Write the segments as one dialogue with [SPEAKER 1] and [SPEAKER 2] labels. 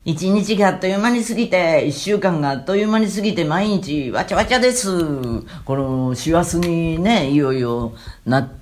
[SPEAKER 1] 一日があっという間に過ぎて、一週間があっという間に過ぎて、毎日わちゃわちゃです。この師走にね、いよいよなって、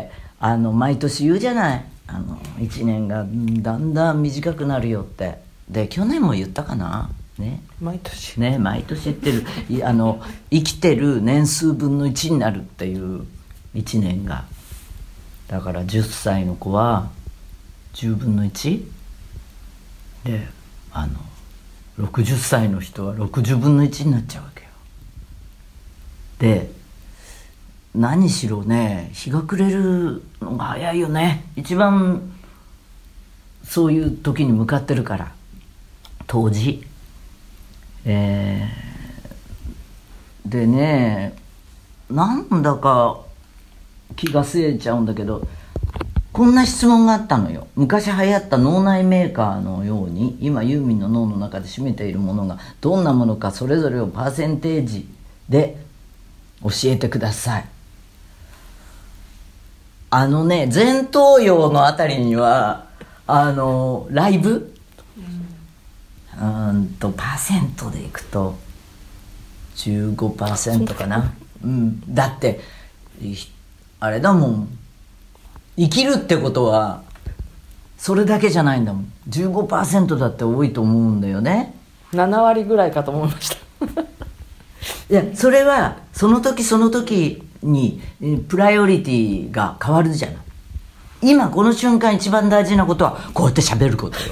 [SPEAKER 1] 毎年言うじゃない。一年がだんだん短くなるよって。で、去年も言ったかな。ね。
[SPEAKER 2] 毎年。
[SPEAKER 1] ね、毎年言ってる。生きてる年数分の1になるっていう一年が。だから10歳の子は10分の 1？ で、60歳の人は60分の1になっちゃうわけよ。で、何しろね、日が暮れるのが早いよね。一番そういう時に向かってるから、当時。でね、なんだか気が据えちゃうんだけど、こんな質問があったのよ。昔流行った脳内メーカーのように、今ユーミンの脳の中で占めているものがどんなものか、それぞれをパーセンテージで教えてください。前頭葉のあたりにはライブパーセントでいくと 15% かな。だってあれだもん、生きるってことはそれだけじゃないんだもん。 15% だって多いと思うんだよね。
[SPEAKER 2] 7割ぐらいかと思いました
[SPEAKER 1] いや、それはその時その時にプライオリティが変わるじゃない。今この瞬間一番大事なことはこうやって喋ることよ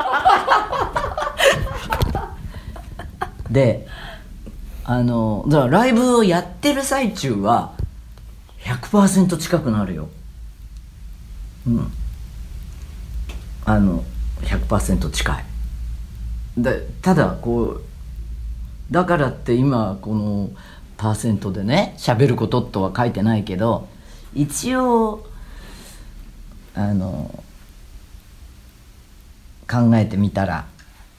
[SPEAKER 1] で、だからライブをやってる最中は 100% 近くなるよ。100% 近い。ただだからって今このパーセントでね喋ることとは書いてないけど、一応考えてみたら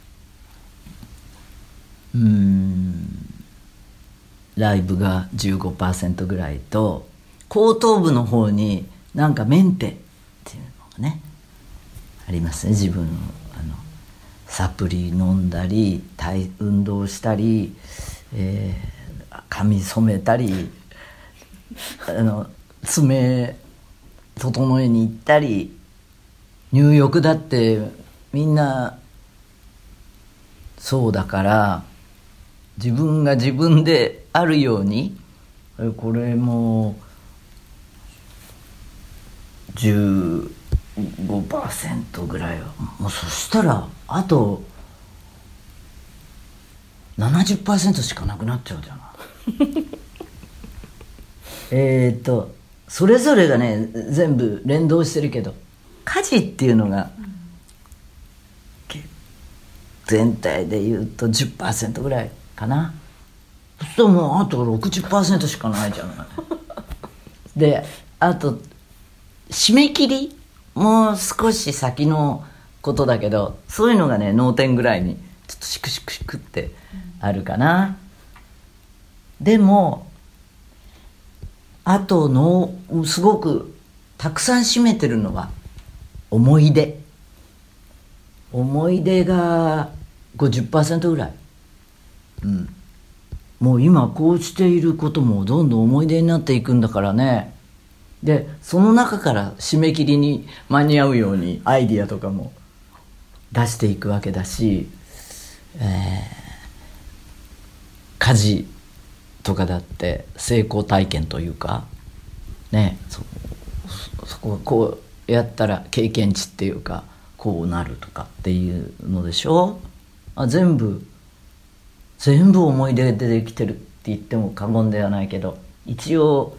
[SPEAKER 1] ライブが 15% ぐらいと、後頭部の方になんかメンテっていうのがねありますね。自分のサプリ飲んだり運動したり、髪染めたり爪整えに行ったり、入浴だってみんなそうだから、自分が自分であるように、これも15% ぐらいはもう、そしたらあと 70% しかなくなっちゃうじゃないそれぞれがね全部連動してるけど、家事っていうのが、全体でいうと 10% ぐらいかな。そうするともうあと 60% しかないじゃないで、あと締め切りもう少し先のことだけど、そういうのがね脳天ぐらいにちょっとシクシクシクってあるかな。でもあとすごくたくさん占めてるのは思い出が 50% ぐらい。もう今こうしていることもどんどん思い出になっていくんだからね。でその中から締め切りに間に合うようにアイディアとかも出していくわけだし、家事とかだって成功体験というかね、そここうやったら経験値っていうかこうなるとかっていうのでしょ。全部思い出でできてるって言っても過言ではないけど、一応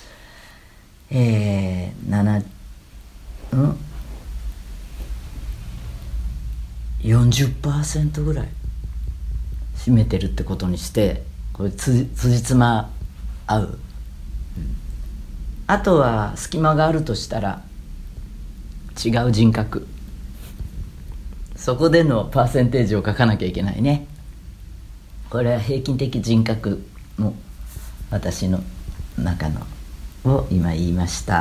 [SPEAKER 1] 40% ぐらい占めてるってことにして、これ辻褄合う。あとは隙間があるとしたら違う人格、そこでのパーセンテージを書かなきゃいけないね。これは平均的人格の私の中のを今言いました。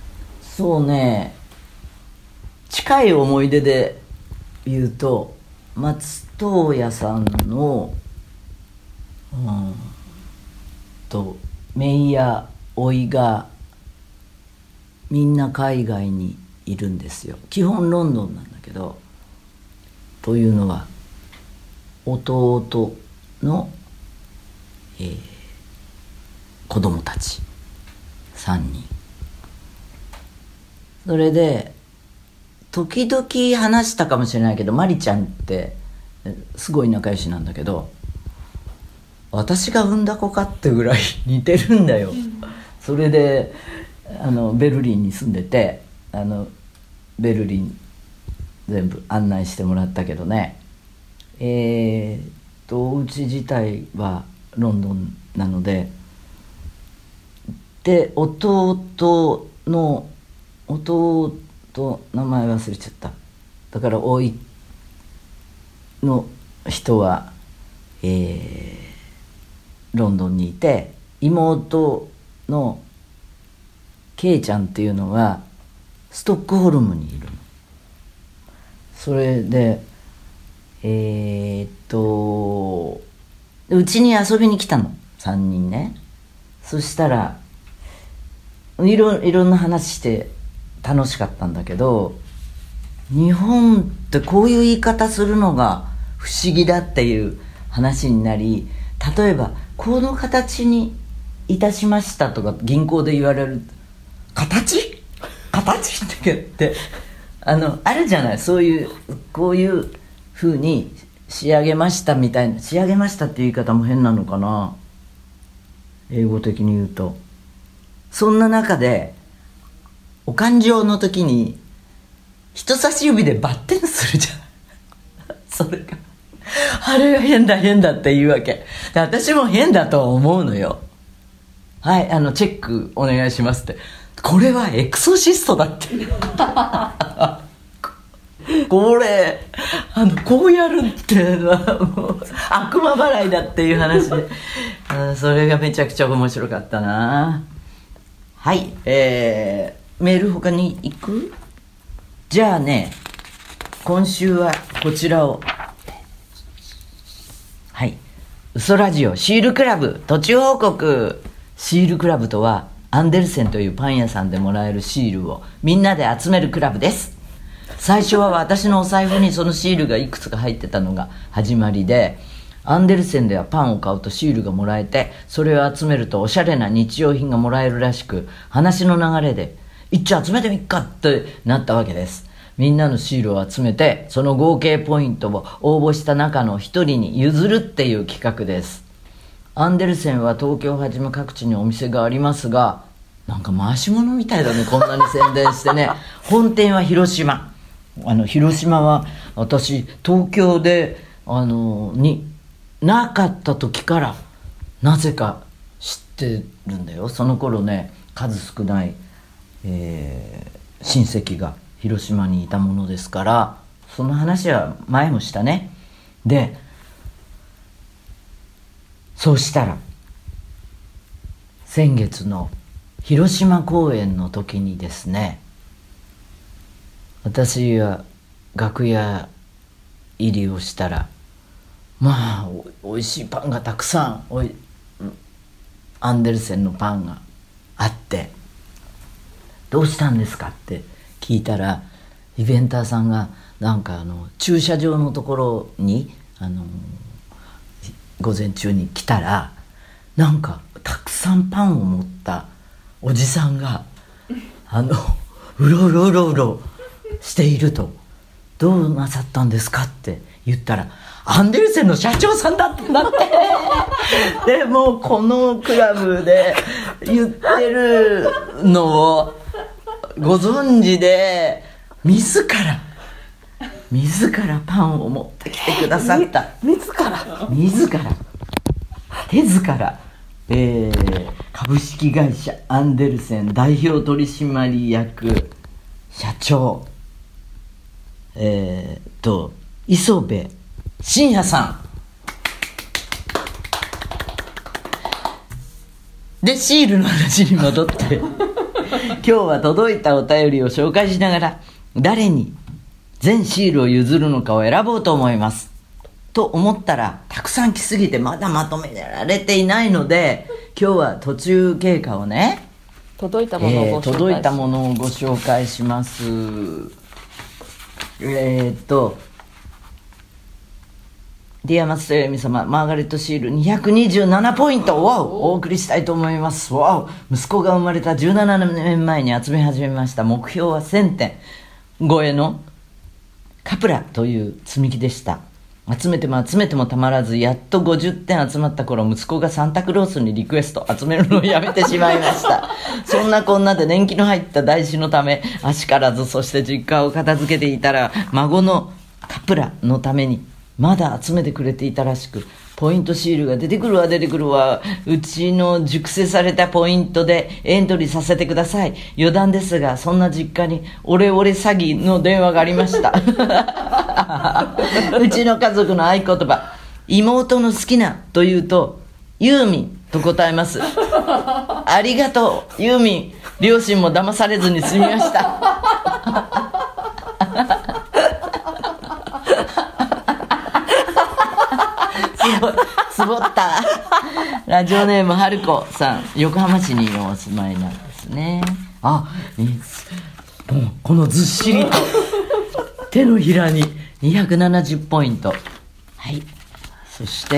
[SPEAKER 1] そうね、近い思い出で言うと松任谷さんの姪や甥がみんな海外にいるんですよ。基本ロンドンなんだけど、というのは弟の、子供たち3人。それで時々話したかもしれないけど、マリちゃんってすごい仲良しなんだけど、私が産んだ子かってぐらい似てるんだよ。それでベルリンに住んでて、ベルリン全部案内してもらったけどね、うち自体はロンドンなので、で弟名前忘れちゃった。だから甥の人は、ロンドンにいて、妹のケイちゃんっていうのはストックホルムにいるの。それでうちに遊びに来たの3人ね。そしたらいろんな話して楽しかったんだけど、日本ってこういう言い方するのが不思議だっていう話になり、例えばこの形にいたしましたとか銀行で言われる、形って言ってあるじゃない、そういうこういう風に仕上げましたみたいな。仕上げましたっていう言い方も変なのかな、英語的に言うと。そんな中でお勘定の時に人差し指でバッテンするじゃんそれがあれが変だって言うわけで、私も変だとは思うのよ。はい、チェックお願いしますって。これはエクソシストだってこれこうやるってもう悪魔払いだっていう話でそれがめちゃくちゃ面白かったな。はい、メール他に行く？じゃあね、今週はこちらを。はい、嘘ラジオシールクラブ途中報告。シールクラブとはアンデルセンというパン屋さんでもらえるシールをみんなで集めるクラブです。最初は私のお財布にそのシールがいくつか入ってたのが始まりで、アンデルセンではパンを買うとシールがもらえて、それを集めるとおしゃれな日用品がもらえるらしく、話の流れで一丁集めてみっかってなったわけです。みんなのシールを集めて、その合計ポイントを応募した中の一人に譲るっていう企画です。アンデルセンは東京をはじめ各地にお店がありますが、なんか回し物みたいだね、こんなに宣伝してね本店は広島。広島は私東京でになかった時からなぜか知ってるんだよ。その頃ね、数少ない、親戚が広島にいたものですから、その話は前もしたね。でそうしたら先月の広島公演の時にですね、私は楽屋入りをしたら、まあおいしいパンがたくさんアンデルセンのパンがあって、どうしたんですかって聞いたら、イベンターさんがなんか駐車場のところに午前中に来たら、なんかたくさんパンを持ったおじさんがうろしていると。どうなさったんですかって言ったら、アンデルセンの社長さんだったんだってでもうこのクラブで言ってるのをご存知で、自らパンを持ってきてくださった。自ら手塚ら、株式会社アンデルセン代表取締役社長磯部真也さんで、シールの話に戻って今日は届いたお便りを紹介しながら、誰に全シールを譲るのかを選ぼうと思います。と思ったら、たくさん来すぎてまだまとめられていないので、今日は途中経過をね、
[SPEAKER 2] 届いたものをご紹介
[SPEAKER 1] 届いたものをご紹介します。ディアマストレミ様、マーガレットシール227ポイントをお送りしたいと思います。息子が生まれた17年前に集め始めました。目標は1000点超えのカプラという積み木でした。集めても集めてもたまらず、やっと50点集まった頃、息子がサンタクロースにリクエスト、集めるのをやめてしまいましたそんなこんなで年季の入った台紙のため、あしからず、そして実家を片付けていたら、孫のカプラのためにまだ集めてくれていたらしく、ポイントシールが出てくるわ、うちの熟成されたポイントでエントリーさせてください。余談ですが、そんな実家にオレオレ詐欺の電話がありましたうちの家族の合言葉、妹の好きなと言うとユーミンと答えます。ありがとうユーミン。両親も騙されずに済みましたつぼったラジオネームはるこさん、横浜市にお住まいなんですね。もうこのずっしりと手のひらに270ポイント。はい。そして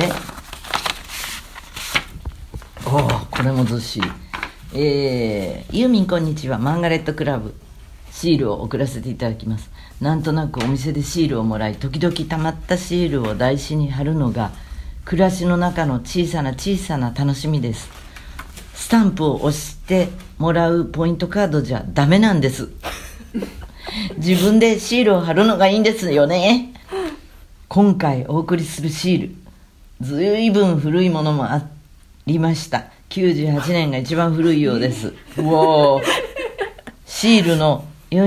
[SPEAKER 1] これもずっしり。ユーミンこんにちは。マーガレットクラブシールを送らせていただきます。なんとなくお店でシールをもらい、時々たまったシールを台紙に貼るのが暮らしの中の小さな楽しみです。スタンプを押してもらうポイントカードじゃダメなんです自分でシールを貼るのがいいんですよね。今回お送りするシール、ずいぶん古いものもありました。98年が一番古いようです。シールの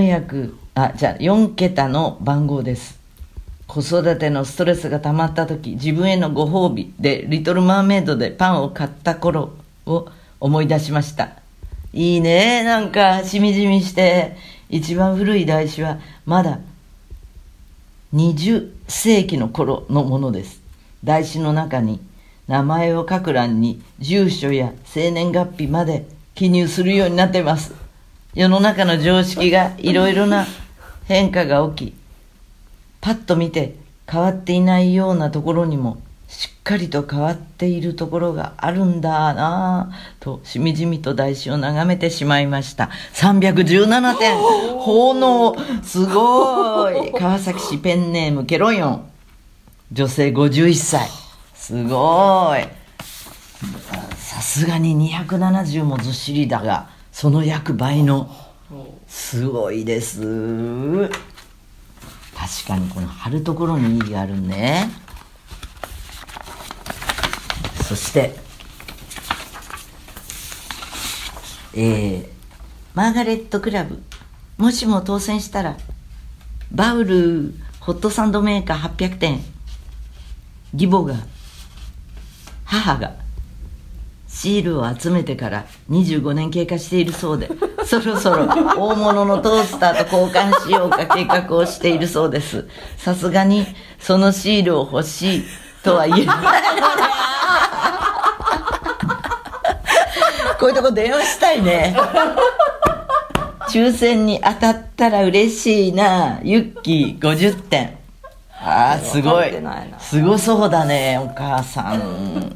[SPEAKER 1] 4桁の番号です。子育てのストレスが溜まった時、自分へのご褒美でリトルマーメイドでパンを買った頃を思い出しました。いいね、なんかしみじみして。一番古い台紙はまだ20世紀の頃のものです。台紙の中に名前を書く欄に住所や生年月日まで記入するようになっています。世の中の常識がいろいろな変化が起き、パッと見て変わっていないようなところにもしっかりと変わっているところがあるんだなぁと、しみじみと台紙を眺めてしまいました。317点。奉納すごい。川崎市ペンネームケロヨン、女性51歳。すごい。さすがに270もずっしりだが、その約倍のすごいです。確かにこの貼るところに意義があるね。そしてマーガレットクラブ、もしも当選したらバウルホットサンドメーカー800点、母がシールを集めてから25年経過しているそうで、そろそろ大物のトースターと交換しようか計画をしているそうです。さすがにそのシールを欲しいとは言えないこういうとこ電話したいね。抽選に当たったら嬉しいな。ユッキー50点。すごい。すごそうだね、お母さん。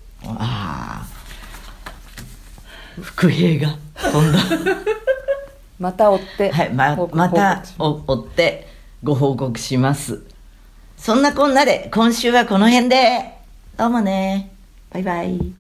[SPEAKER 1] 伏兵が飛んだ。
[SPEAKER 2] また追って、
[SPEAKER 1] はい、また追ってご報告します。そんなこんなで今週はこの辺で。どうもね。バイバイ。